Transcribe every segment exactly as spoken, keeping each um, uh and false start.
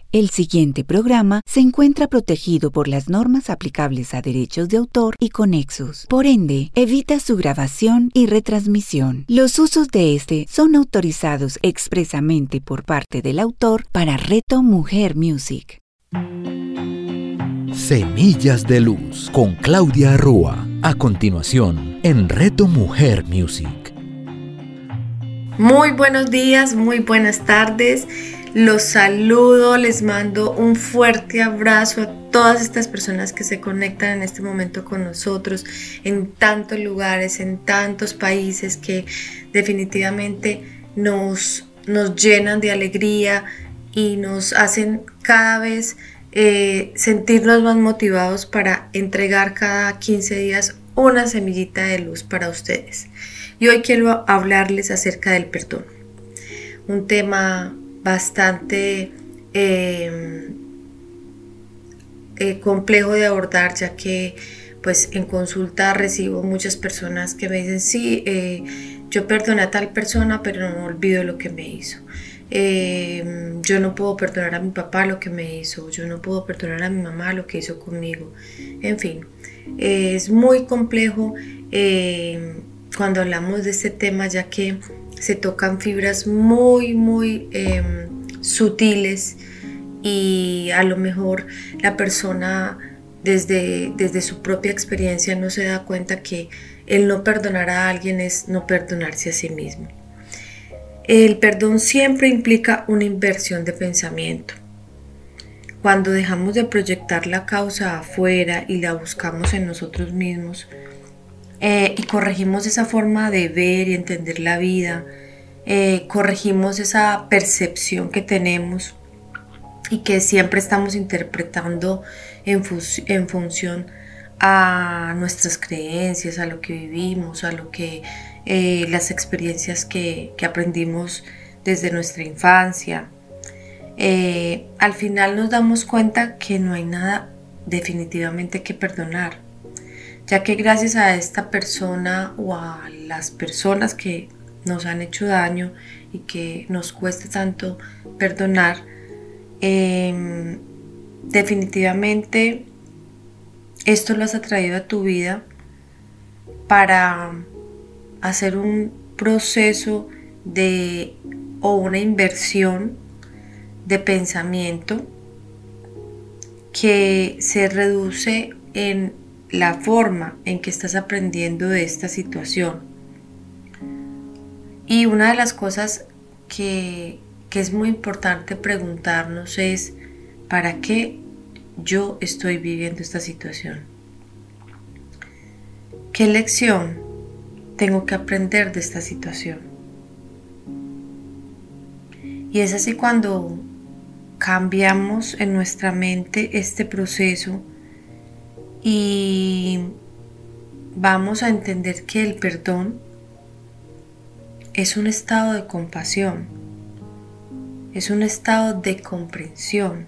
El siguiente programa se encuentra protegido por las normas aplicables a derechos de autor y conexos. Por ende, evita su grabación y retransmisión. Los usos de este son autorizados expresamente por parte del autor para Reto Mujer Music. Semillas de Luz con Claudia Rúa. A continuación, en Reto Mujer Music. Muy buenos días, muy buenas tardes. Los saludo, les mando un fuerte abrazo a todas estas personas que se conectan en este momento con nosotros en tantos lugares, en tantos países que definitivamente nos, nos llenan de alegría y nos hacen cada vez eh, sentirnos más motivados para entregar cada quince días una semillita de luz para ustedes. Y hoy quiero hablarles acerca del perdón, un tema bastante eh, eh, complejo de abordar, ya que pues en consulta recibo muchas personas que me dicen sí, eh, yo perdoné a tal persona pero no olvido lo que me hizo, eh, yo no puedo perdonar a mi papá lo que me hizo, yo no puedo perdonar a mi mamá lo que hizo conmigo. En fin, eh, es muy complejo eh, cuando hablamos de este tema, ya que se tocan fibras muy, muy eh, sutiles y a lo mejor la persona desde, desde su propia experiencia no se da cuenta que el no perdonar a alguien es no perdonarse a sí mismo. El perdón siempre implica una inversión de pensamiento. Cuando dejamos de proyectar la causa afuera y la buscamos en nosotros mismos, Eh, y corregimos esa forma de ver y entender la vida, eh, corregimos esa percepción que tenemos y que siempre estamos interpretando en, fu- en función a nuestras creencias, a lo que vivimos, a lo que eh, las experiencias que, que aprendimos desde nuestra infancia. Eh, al final nos damos cuenta que no hay nada definitivamente que perdonar, ya que gracias a esta persona o a las personas que nos han hecho daño y que nos cuesta tanto perdonar, eh, definitivamente esto lo has atraído a tu vida para hacer un proceso de o una inversión de pensamiento que se reduce en la forma en que estás aprendiendo de esta situación. Y una de las cosas que, que es muy importante preguntarnos es: ¿para qué yo estoy viviendo esta situación? ¿Qué lección tengo que aprender de esta situación? Y es así cuando cambiamos en nuestra mente este proceso y vamos a entender que el perdón es un estado de compasión, es un estado de comprensión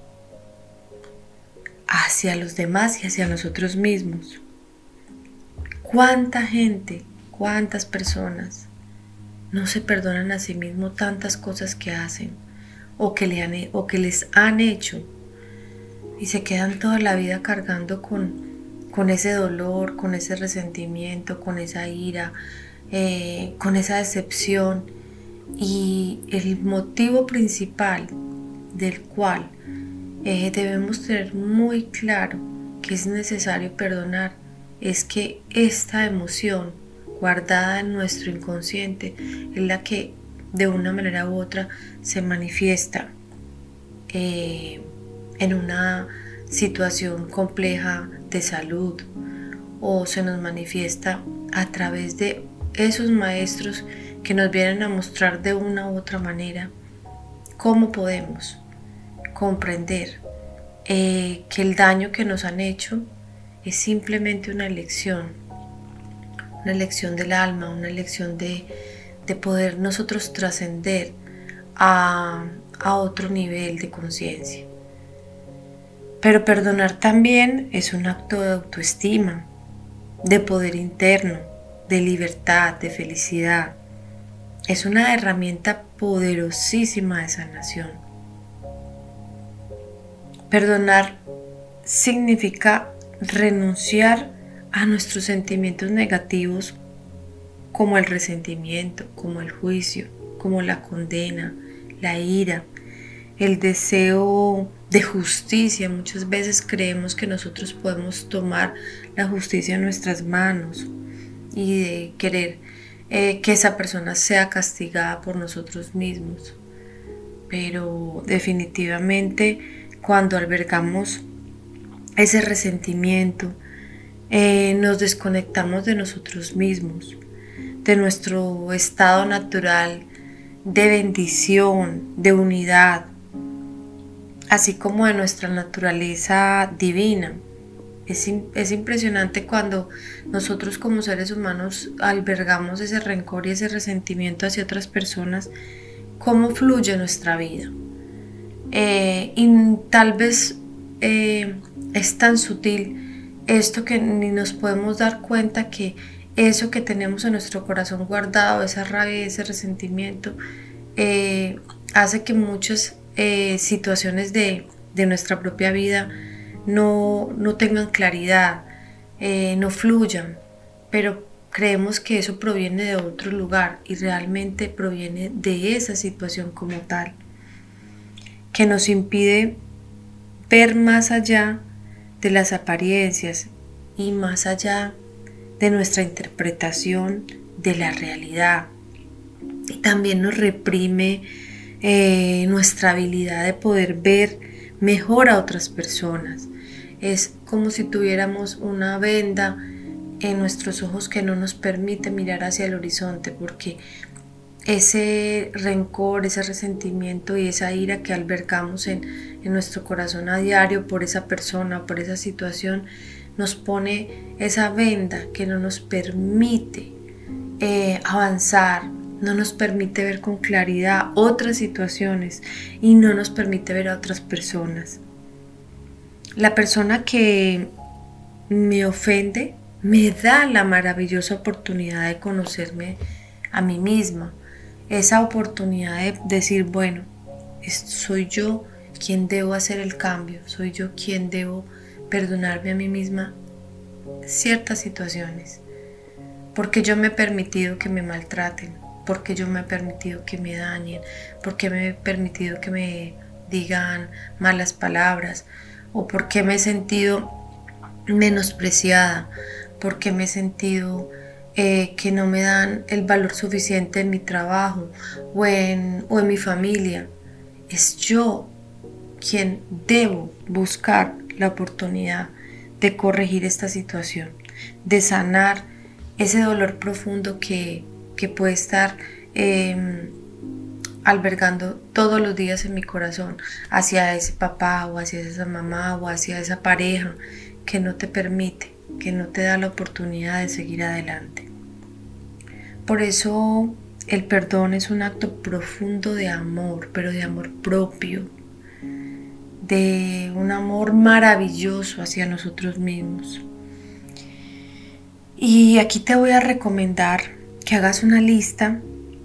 hacia los demás y hacia nosotros mismos. ¿Cuánta gente, cuántas personas no se perdonan a sí mismos tantas cosas que hacen o que, le han, o que les han hecho? Y se quedan toda la vida cargando con, con ese dolor, con ese resentimiento, con esa ira, eh, con esa decepción. Y el motivo principal del cual eh, debemos tener muy claro que es necesario perdonar es que esta emoción guardada en nuestro inconsciente es la que de una manera u otra se manifiesta eh, en una situación compleja de salud, o se nos manifiesta a través de esos maestros que nos vienen a mostrar de una u otra manera cómo podemos comprender eh, que el daño que nos han hecho es simplemente una lección, una lección del alma, una lección de, de poder nosotros trascender a, a otro nivel de conciencia. Pero perdonar también es un acto de autoestima, de poder interno, de libertad, de felicidad. Es una herramienta poderosísima de sanación. Perdonar significa renunciar a nuestros sentimientos negativos como el resentimiento, como el juicio, como la condena, la ira, el deseo de justicia. Muchas veces creemos que nosotros podemos tomar la justicia en nuestras manos y de querer eh, que esa persona sea castigada por nosotros mismos. Pero definitivamente cuando albergamos ese resentimiento, eh, nos desconectamos de nosotros mismos, de nuestro estado natural de bendición, de unidad, así como de nuestra naturaleza divina. Es, es impresionante cuando nosotros como seres humanos albergamos ese rencor y ese resentimiento hacia otras personas, cómo fluye nuestra vida. Eh, y tal vez eh, es tan sutil esto que ni nos podemos dar cuenta que eso que tenemos en nuestro corazón guardado, esa rabia y ese resentimiento, eh, hace que muchas eh, situaciones de, de nuestra propia vida no, no tengan claridad, eh, no fluyan, pero creemos que eso proviene de otro lugar y realmente proviene de esa situación como tal, que nos impide ver más allá de las apariencias y más allá de nuestra interpretación de la realidad. Y también nos reprime eh, nuestra habilidad de poder ver mejor a otras personas. Es como si tuviéramos una venda en nuestros ojos que no nos permite mirar hacia el horizonte, porque ese rencor, ese resentimiento y esa ira que albergamos en, en nuestro corazón a diario por esa persona, por esa situación, nos pone esa venda que no nos permite eh, avanzar, no nos permite ver con claridad otras situaciones y no nos permite ver a otras personas. La persona que me ofende me da la maravillosa oportunidad de conocerme a mí misma, esa oportunidad de decir, bueno, soy yo quien debo hacer el cambio, soy yo quien debo perdonarme a mí misma ciertas situaciones, porque yo me he permitido que me maltraten, porque yo me he permitido que me dañen, porque me he permitido que me digan malas palabras, o porque me he sentido menospreciada, porque me he sentido eh, que no me dan el valor suficiente en mi trabajo o en, o en mi familia. Es yo quien debo buscar la oportunidad de corregir esta situación, de sanar ese dolor profundo que, que puede estar eh, albergando todos los días en mi corazón hacia ese papá o hacia esa mamá o hacia esa pareja que no te permite, que no te da la oportunidad de seguir adelante. Por eso el perdón es un acto profundo de amor, pero de amor propio, de un amor maravilloso hacia nosotros mismos. Y aquí te voy a recomendar que hagas una lista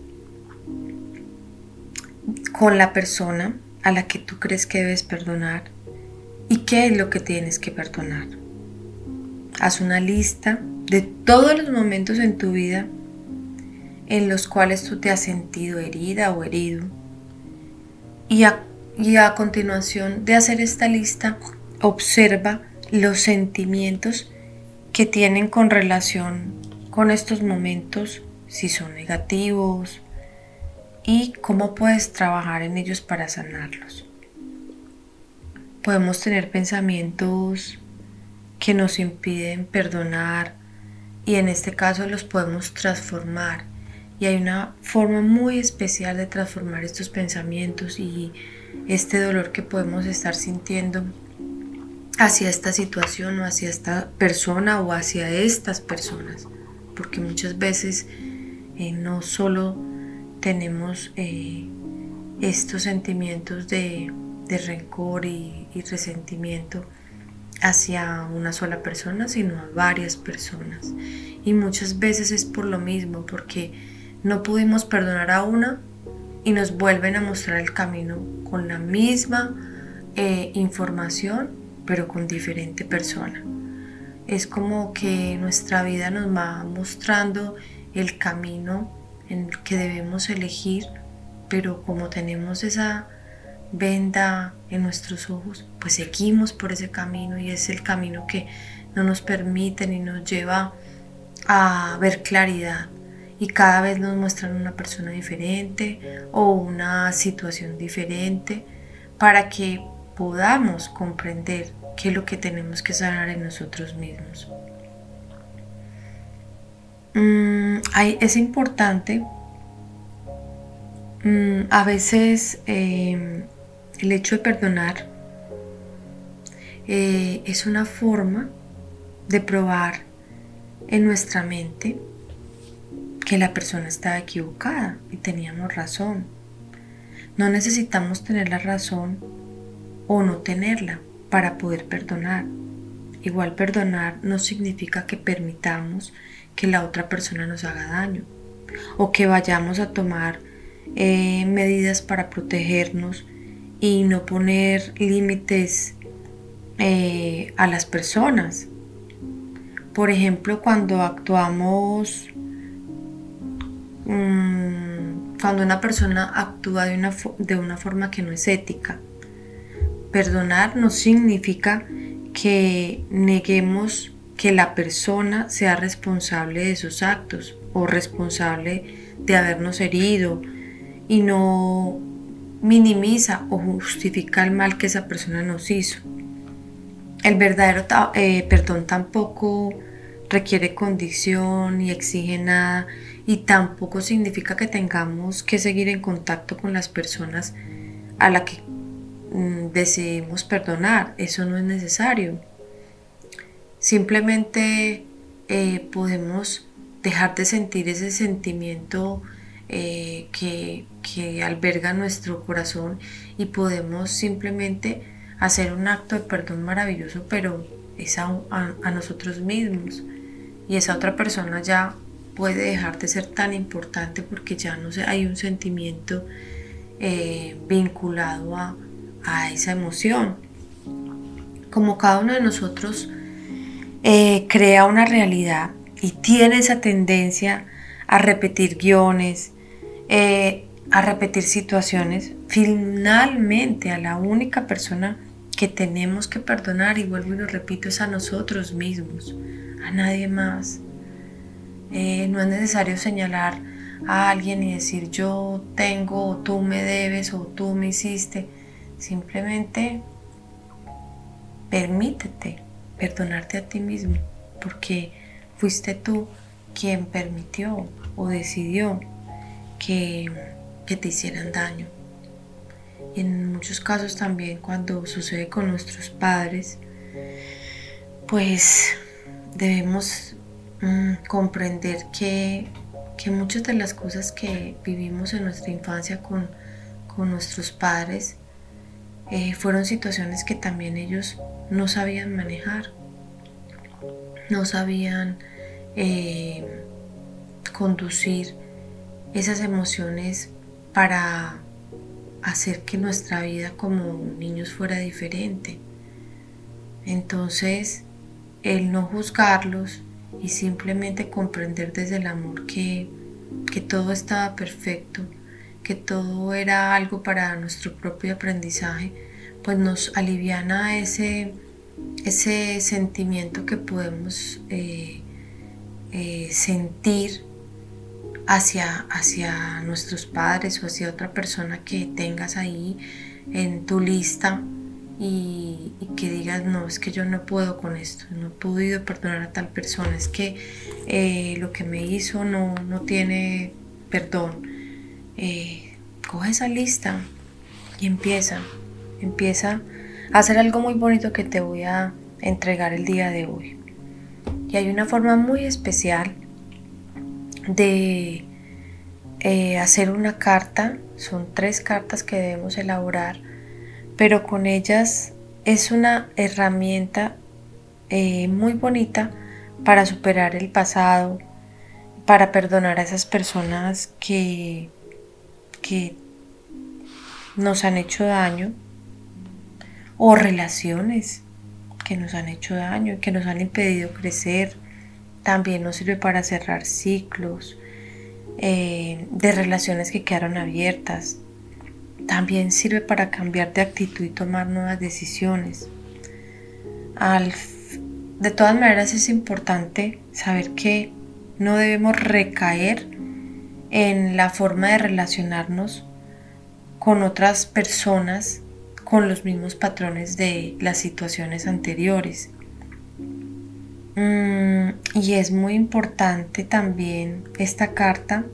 con la persona a la que tú crees que debes perdonar y qué es lo que tienes que perdonar. Haz una lista de todos los momentos en tu vida en los cuales tú te has sentido herida o herido. Y a, y a continuación de hacer esta lista, observa los sentimientos que tienen con relación con estos momentos, si son negativos, y cómo puedes trabajar en ellos para sanarlos. Podemos tener pensamientos que nos impiden perdonar y en este caso los podemos transformar. Y hay una forma muy especial de transformar estos pensamientos y este dolor que podemos estar sintiendo hacia esta situación o hacia esta persona o hacia estas personas. Porque muchas veces eh, no solo tenemos eh, estos sentimientos de, de rencor y, y resentimiento hacia una sola persona, sino a varias personas. Y muchas veces es por lo mismo, porque no pudimos perdonar a una y nos vuelven a mostrar el camino con la misma eh, información, pero con diferente persona. Es como que nuestra vida nos va mostrando el camino en el que debemos elegir, pero como tenemos esa venda en nuestros ojos, pues seguimos por ese camino, y es el camino que no nos permite ni nos lleva a ver claridad, y cada vez nos muestran una persona diferente o una situación diferente para que podamos comprender qué es lo que tenemos que sanar en nosotros mismos. Mm, hay, es importante mm, a veces eh, el hecho de perdonar eh, es una forma de probar en nuestra mente que la persona estaba equivocada y teníamos razón. No necesitamos tener la razón o no tenerla para poder perdonar. Igual perdonar no significa que permitamos que la otra persona nos haga daño o que vayamos a tomar eh, medidas para protegernos y no poner límites eh, a las personas. Por ejemplo, cuando actuamos, mmm, cuando una persona actúa de una, de una forma que no es ética, perdonar no significa que neguemos que la persona sea responsable de sus actos o responsable de habernos herido, y no minimiza o justifica el mal que esa persona nos hizo. El verdadero eh, perdón tampoco requiere condición ni exige nada, y tampoco significa que tengamos que seguir en contacto con las personas a las que mm, decidimos perdonar. Eso no es necesario. Simplemente eh, podemos dejar de sentir ese sentimiento eh, que, que alberga nuestro corazón, y podemos simplemente hacer un acto de perdón maravilloso, pero es a, a, a nosotros mismos, y esa otra persona ya puede dejar de ser tan importante porque ya no sé, hay un sentimiento eh, vinculado a, a esa emoción. Como cada uno de nosotros eh, crea una realidad y tiene esa tendencia a repetir guiones, eh, a repetir situaciones, finalmente a la única persona que tenemos que perdonar, y vuelvo y lo repito, es a nosotros mismos, a nadie más. Eh, no es necesario señalar a alguien y decir yo tengo, o tú me debes, o tú me hiciste. Simplemente permítete perdonarte a ti mismo, porque fuiste tú quien permitió o decidió que, que te hicieran daño. Y en muchos casos también, cuando sucede con nuestros padres, pues debemos mmm, comprender que, que muchas de las cosas que vivimos en nuestra infancia con, con nuestros padres eh, fueron situaciones que también ellos no sabían manejar, no sabían eh, conducir esas emociones para hacer que nuestra vida como niños fuera diferente. Entonces, el no juzgarlos y simplemente comprender desde el amor que, que todo estaba perfecto, que todo era algo para nuestro propio aprendizaje, pues nos aliviana ese, ese sentimiento que podemos eh, eh, sentir hacia, hacia nuestros padres o hacia otra persona que tengas ahí en tu lista, y, y que digas no, es que yo no puedo con esto, no he podido perdonar a tal persona, es que eh, lo que me hizo no, no tiene perdón. Eh, coge esa lista y empieza, empieza a hacer algo muy bonito que te voy a entregar el día de hoy. Y hay una forma muy especial de eh, hacer una carta. Son tres cartas que debemos elaborar, pero con ellas es una herramienta eh, muy bonita para superar el pasado, para perdonar a esas personas que, que nos han hecho daño, o relaciones que nos han hecho daño, que nos han impedido crecer. También nos sirve para cerrar ciclos eh, de relaciones que quedaron abiertas. También sirve para cambiar de actitud y tomar nuevas decisiones. Al, de todas maneras es importante saber que no debemos recaer en la forma de relacionarnos con otras personas con los mismos patrones de las situaciones anteriores. Mm, y es muy importante también esta carta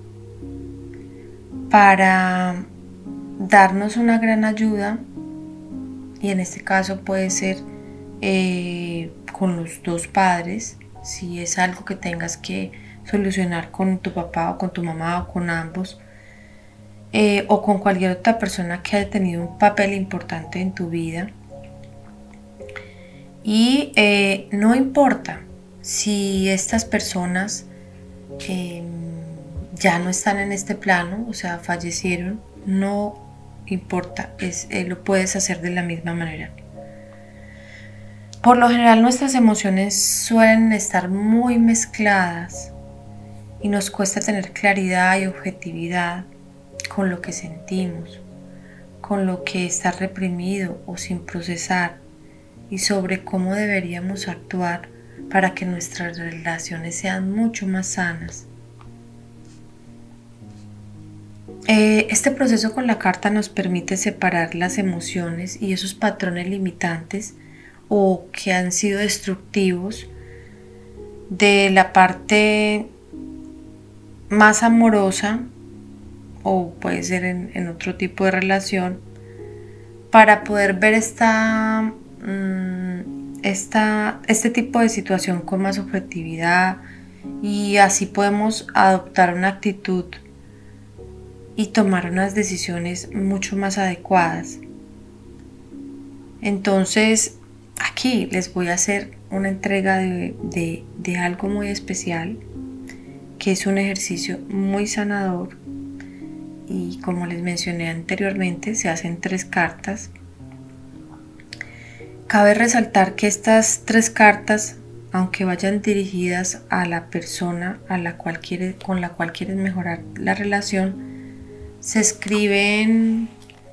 para darnos una gran ayuda, y en este caso puede ser eh, con los dos padres, si es algo que tengas que solucionar con tu papá o con tu mamá o con ambos, eh, o con cualquier otra persona que haya tenido un papel importante en tu vida. Y eh, no importa si estas personas eh, ya no están en este plano, o sea, fallecieron, no importa, es, eh, lo puedes hacer de la misma manera. Por lo general nuestras emociones suelen estar muy mezcladas y nos cuesta tener claridad y objetividad con lo que sentimos, con lo que está reprimido o sin procesar, y sobre cómo deberíamos actuar para que nuestras relaciones sean mucho más sanas. Eh, este proceso con la carta nos permite separar las emociones y esos patrones limitantes o que han sido destructivos de la parte más amorosa, o puede ser en, en otro tipo de relación, para poder ver esta, mmm, esta, este tipo de situación con más objetividad, y así podemos adoptar una actitud y tomar unas decisiones mucho más adecuadas. Entonces aquí les voy a hacer una entrega de, de, de algo muy especial, que es un ejercicio muy sanador, y como les mencioné anteriormente, se hacen tres cartas. Cabe resaltar que estas tres cartas, aunque vayan dirigidas a la persona a la cual quiere, con la cual quieres mejorar la relación, se escriben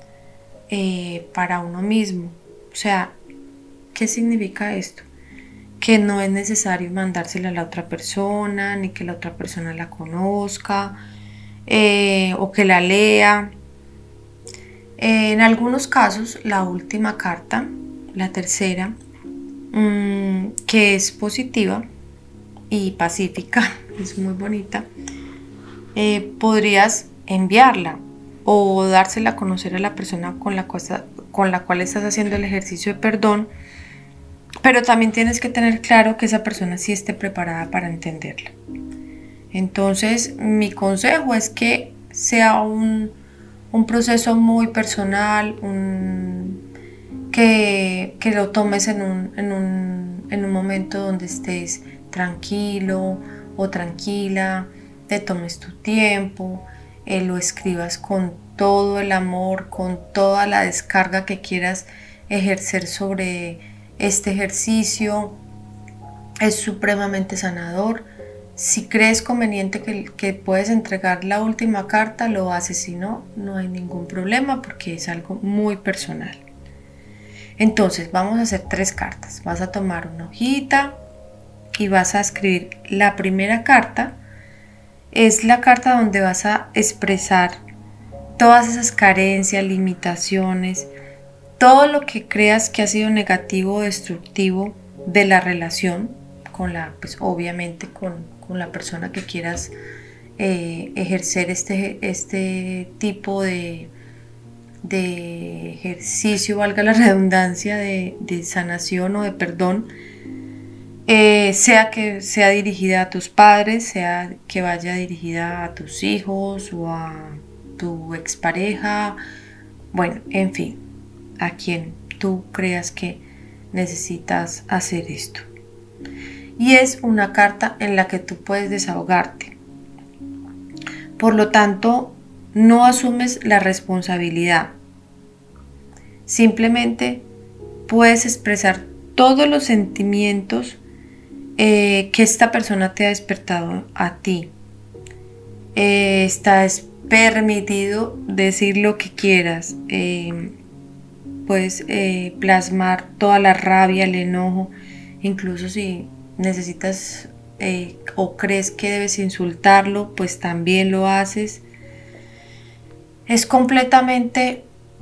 eh, para uno mismo. O sea, ¿qué significa esto? Que no es necesario mandársela a la otra persona, ni que la otra persona la conozca eh, o que la lea. Eh, en algunos casos, la última carta, la tercera, mmm, que es positiva y pacífica, es muy bonita, eh, podrías enviarla o dársela a conocer a la persona con la, cosa, con la cual estás haciendo el ejercicio de perdón, pero también tienes que tener claro que esa persona sí esté preparada para entenderla. Entonces, mi consejo es que sea un, un proceso muy personal, un, que, que lo tomes en un, en, un, en un momento donde estés tranquilo o tranquila, te tomes tu tiempo, eh, lo escribas con todo el amor, con toda la descarga que quieras ejercer sobre este ejercicio. Es supremamente sanador. Si crees conveniente que, que puedes entregar la última carta, lo haces. Si no, no hay ningún problema, porque es algo muy personal. Entonces vamos a hacer tres cartas. Vas a tomar una hojita y vas a escribir la primera carta. Es la carta donde vas a expresar todas esas carencias, limitaciones, todo lo que creas que ha sido negativo o destructivo de la relación con la, pues obviamente con, con la persona que quieras eh, ejercer este, este tipo de, de ejercicio, valga la redundancia, de, de sanación o de perdón. Eh, sea que sea dirigida a tus padres, sea que vaya dirigida a tus hijos o a tu expareja, bueno, en fin, a quien tú creas que necesitas hacer esto. Y es una carta en la que tú puedes desahogarte. Por lo tanto, no asumes la responsabilidad. Simplemente puedes expresar todos los sentimientos eh, que esta persona te ha despertado a ti. Eh, estás permitido decir lo que quieras. Eh, puedes eh, plasmar toda la rabia, el enojo, incluso si necesitas eh, o crees que debes insultarlo, pues también lo haces. Es completamente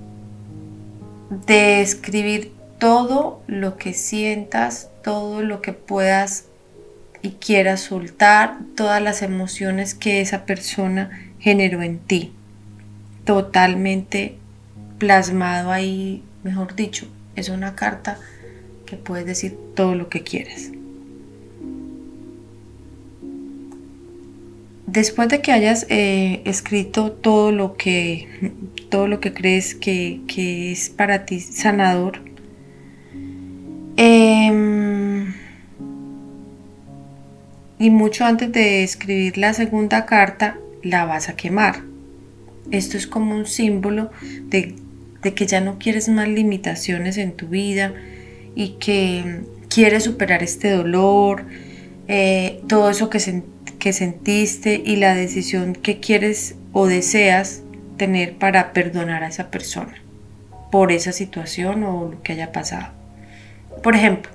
de escribir todo lo que sientas, todo lo que puedas y quieras soltar, todas las emociones que esa persona generó en ti. Totalmente plasmado ahí, mejor dicho, es una carta que puedes decir todo lo que quieras. Después de que hayas eh, escrito todo lo que, todo lo que crees que, que es para ti sanador, eh, y mucho antes de escribir la segunda carta, la vas a quemar. Esto es como un símbolo de, de que ya no quieres más limitaciones en tu vida y que quieres superar este dolor, eh, todo eso que sentiste que sentiste y la decisión que quieres o deseas tener para perdonar a esa persona por esa situación o lo que haya pasado. Por ejemplo,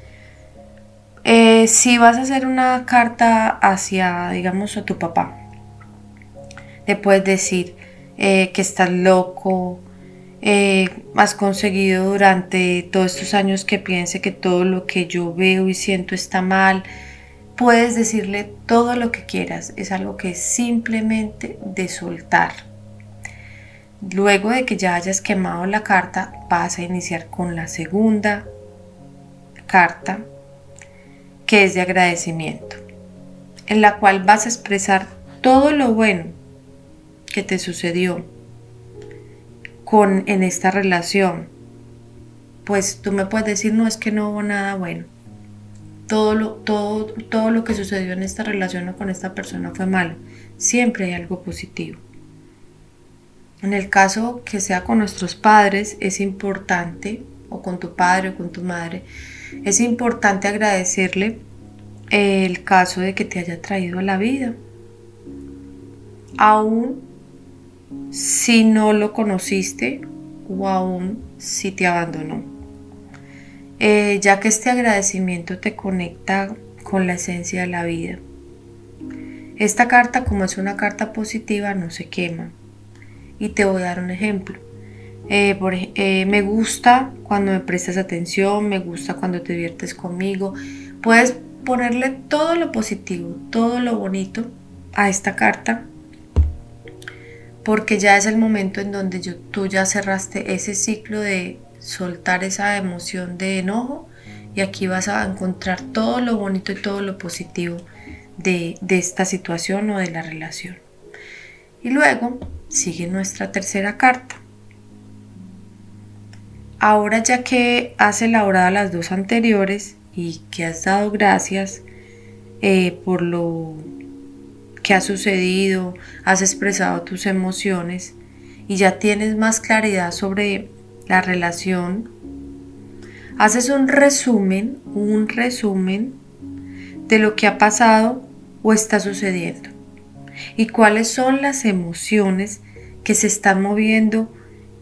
eh, si vas a hacer una carta hacia, digamos, a tu papá, le puedes decir eh, que estás loco, eh, has conseguido durante todos estos años que piense que todo lo que yo veo y siento está mal. Puedes decirle todo lo que quieras, es algo que es simplemente de soltar. Luego de que ya hayas quemado la carta, vas a iniciar con la segunda carta, que es de agradecimiento, en la cual vas a expresar todo lo bueno que te sucedió con, en esta relación. Pues tú me puedes decir, no, es que no hubo nada bueno. Todo lo, todo, todo lo que sucedió en esta relación o con esta persona fue malo. Siempre hay algo positivo. En el caso que sea con nuestros padres, es importante, o con tu padre o con tu madre, es importante agradecerle el caso de que te haya traído a la vida. Aún si no lo conociste o aún si te abandonó. Eh, ya que este agradecimiento te conecta con la esencia de la vida. Esta carta, como es una carta positiva, no se quema. Y te voy a dar un ejemplo. Eh, por, eh, me gusta cuando me prestas atención, me gusta cuando te diviertes conmigo. Puedes ponerle todo lo positivo, todo lo bonito a esta carta, porque ya es el momento en donde yo, tú ya cerraste ese ciclo de soltar esa emoción de enojo y aquí vas a encontrar todo lo bonito y todo lo positivo de, de esta situación o de la relación. Y luego sigue nuestra tercera carta. Ahora, ya que has elaborado las dos anteriores y que has dado gracias eh, por lo que ha sucedido, has expresado tus emociones y ya tienes más claridad sobre la relación, haces un resumen, un resumen de lo que ha pasado o está sucediendo y cuáles son las emociones que se están moviendo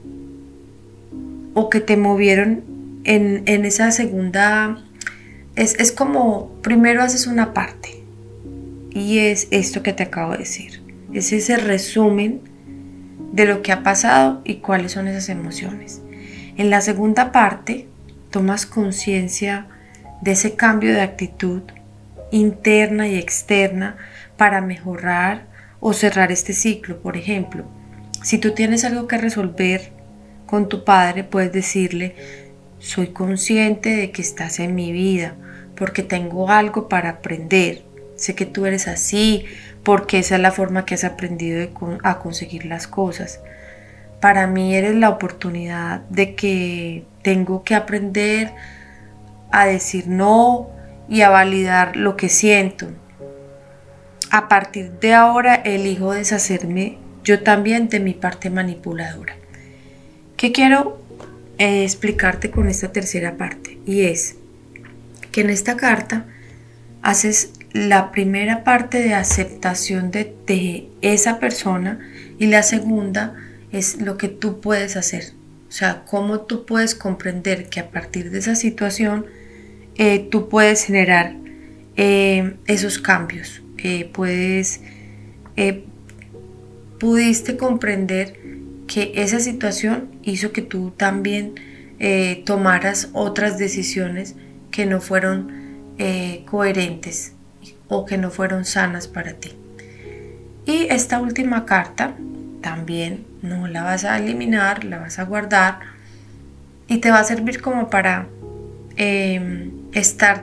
o que te movieron en, en esa segunda. Es, es como, primero haces una parte y es esto que te acabo de decir, es ese resumen de lo que ha pasado y cuáles son esas emociones. En la segunda parte, tomas conciencia de ese cambio de actitud interna y externa para mejorar o cerrar este ciclo. Por ejemplo, si tú tienes algo que resolver con tu padre, puedes decirle, soy consciente de que estás en mi vida porque tengo algo para aprender. Sé que tú eres así porque esa es la forma que has aprendido de con- a conseguir las cosas. Para mí eres la oportunidad de que tengo que aprender a decir no y a validar lo que siento. A partir de ahora elijo deshacerme yo también de mi parte manipuladora. ¿Qué quiero eh, explicarte con esta tercera parte, y es que en esta carta haces la primera parte de aceptación de, de esa persona, y la segunda es lo que tú puedes hacer, o sea, cómo tú puedes comprender que a partir de esa situación eh, tú puedes generar eh, esos cambios, eh, puedes, eh, pudiste comprender que esa situación hizo que tú también eh, tomaras otras decisiones que no fueron eh, coherentes o que no fueron sanas para ti. Y esta última carta también no la vas a eliminar, la vas a guardar y te va a servir como para eh, estar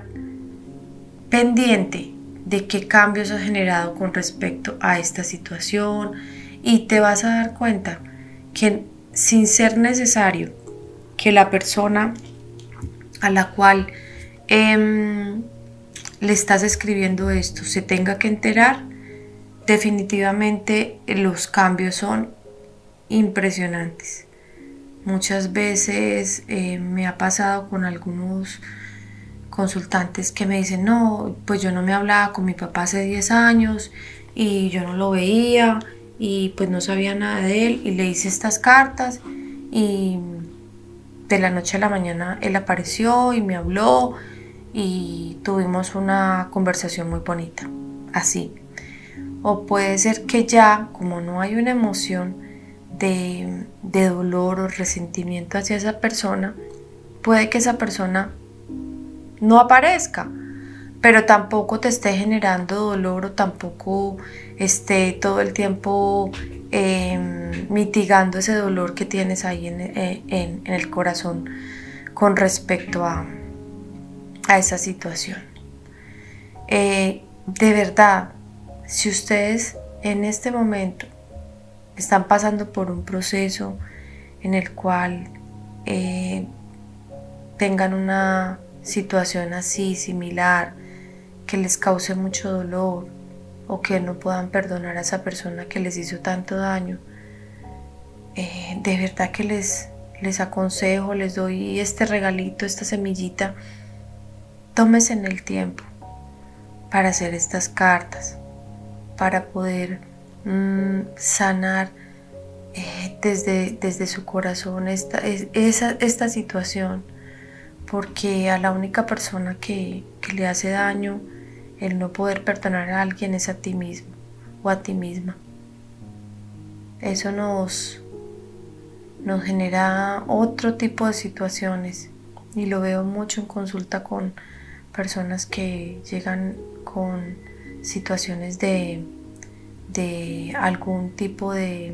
pendiente de qué cambios has generado con respecto a esta situación, y te vas a dar cuenta que sin ser necesario que la persona a la cual eh, le estás escribiendo esto se tenga que enterar, definitivamente los cambios son impresionantes. Muchas veces eh, me ha pasado con algunos consultantes que me dicen, no, pues yo no me hablaba con mi papá hace diez años y yo no lo veía y pues no sabía nada de él, y le hice estas cartas y de la noche a la mañana él apareció y me habló y tuvimos una conversación muy bonita, así. O puede ser que ya, como no hay una emoción de, de dolor o resentimiento hacia esa persona, puede que esa persona no aparezca, pero tampoco te esté generando dolor o tampoco esté todo el tiempo eh, mitigando ese dolor que tienes ahí en, en, en el corazón con respecto a, a esa situación. Eh, de verdad, si ustedes en este momento están pasando por un proceso en el cual eh, tengan una situación así, similar, que les cause mucho dolor o que no puedan perdonar a esa persona que les hizo tanto daño, eh, de verdad que les, les aconsejo, les doy este regalito, esta semillita. Tómense en el tiempo para hacer estas cartas, para poder mmm, sanar eh, desde, desde su corazón esta, esa, esta situación, porque a la única persona que, que le hace daño el no poder perdonar a alguien es a ti mismo o a ti misma. Eso nos, nos genera otro tipo de situaciones, y lo veo mucho en consulta con personas que llegan con situaciones de, de algún tipo de,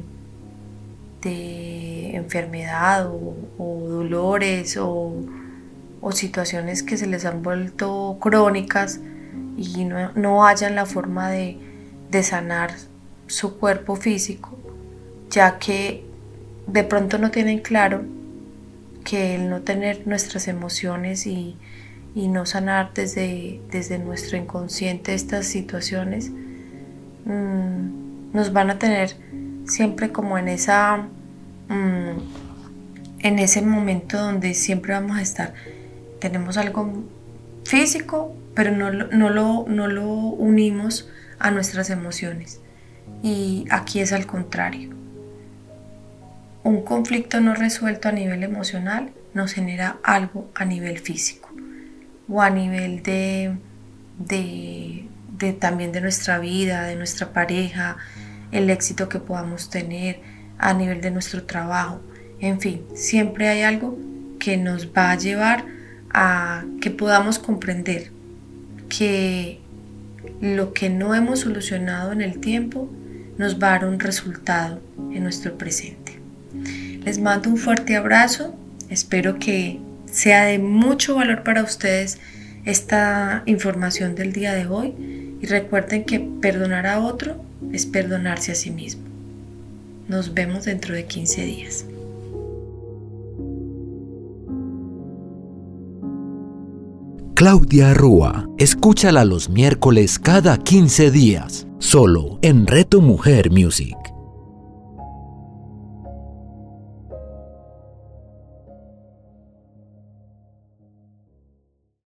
de enfermedad o, o dolores o, o situaciones que se les han vuelto crónicas y no, no hallan la forma de, de sanar su cuerpo físico, ya que de pronto no tienen claro que el no tener nuestras emociones y, y no sanar desde, desde nuestro inconsciente estas situaciones mmm, nos van a tener siempre como en esa mmm, en ese momento donde siempre vamos a estar, tenemos algo físico, pero no, no, lo, no lo unimos a nuestras emociones, y aquí es al contrario. Un conflicto no resuelto a nivel emocional nos genera algo a nivel físico o a nivel de, de, de también de nuestra vida, de nuestra pareja, el éxito que podamos tener, a nivel de nuestro trabajo. En fin, siempre hay algo que nos va a llevar a que podamos comprender que lo que no hemos solucionado en el tiempo nos va a dar un resultado en nuestro presente. Les mando un fuerte abrazo, espero que sea de mucho valor para ustedes esta información del día de hoy, y recuerden que perdonar a otro es perdonarse a sí mismo. Nos vemos dentro de quince días. Claudia Rúa, escúchala los miércoles cada quince días, solo en Reto Mujer Music.